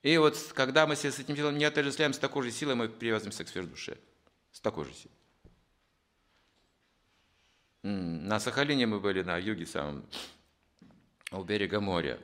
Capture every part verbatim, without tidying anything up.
И вот когда мы себя с этим телом не отождествляем, с такой же силой мы привязываемся к сверхдуше. С такой же силой. На Сахалине мы были, на юге самом, у берега моря.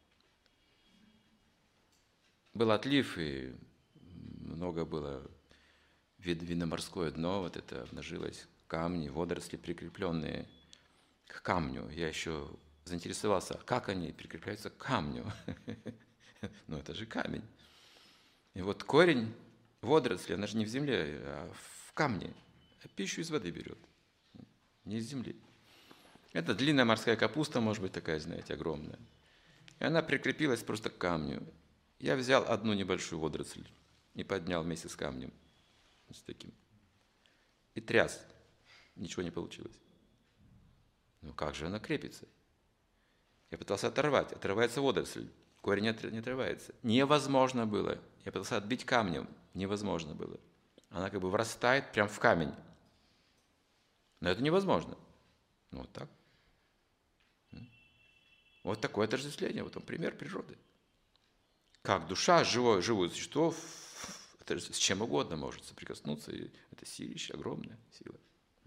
Был отлив, и много было видно-морское дно, вот это обнажилось, камни, водоросли, прикрепленные к камню. Я еще заинтересовался, как они прикрепляются к камню. Ну, это же камень. И вот корень водоросли, она же не в земле, а в камне. Пищу из воды берет, не из земли. Это длинная морская капуста, может быть, такая, знаете, огромная. И она прикрепилась просто к камню. Я взял одну небольшую водоросль и поднял вместе с камнем. С таким. И тряс. Ничего не получилось. Ну как же она крепится? Я пытался оторвать. Отрывается водоросль. Корень не отрывается. Невозможно было. Я пытался отбить камнем. Невозможно было. Она как бы врастает прямо в камень. Но это невозможно. Ну вот так. Вот такое отождествление. Вот он пример природы. Как душа, живое, живое существо, это с чем угодно может соприкоснуться. И это силища, огромная сила.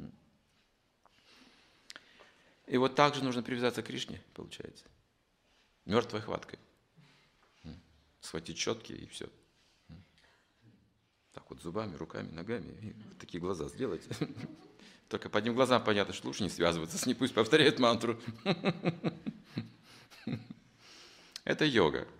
И вот так же нужно привязаться к Кришне, получается. Мертвой хваткой. Схватить щетки и все. Так вот зубами, руками, ногами. И вот такие глаза сделать. Только по одним глазам понятно, что лучше не связываться с ней, пусть повторяет мантру. Это йога.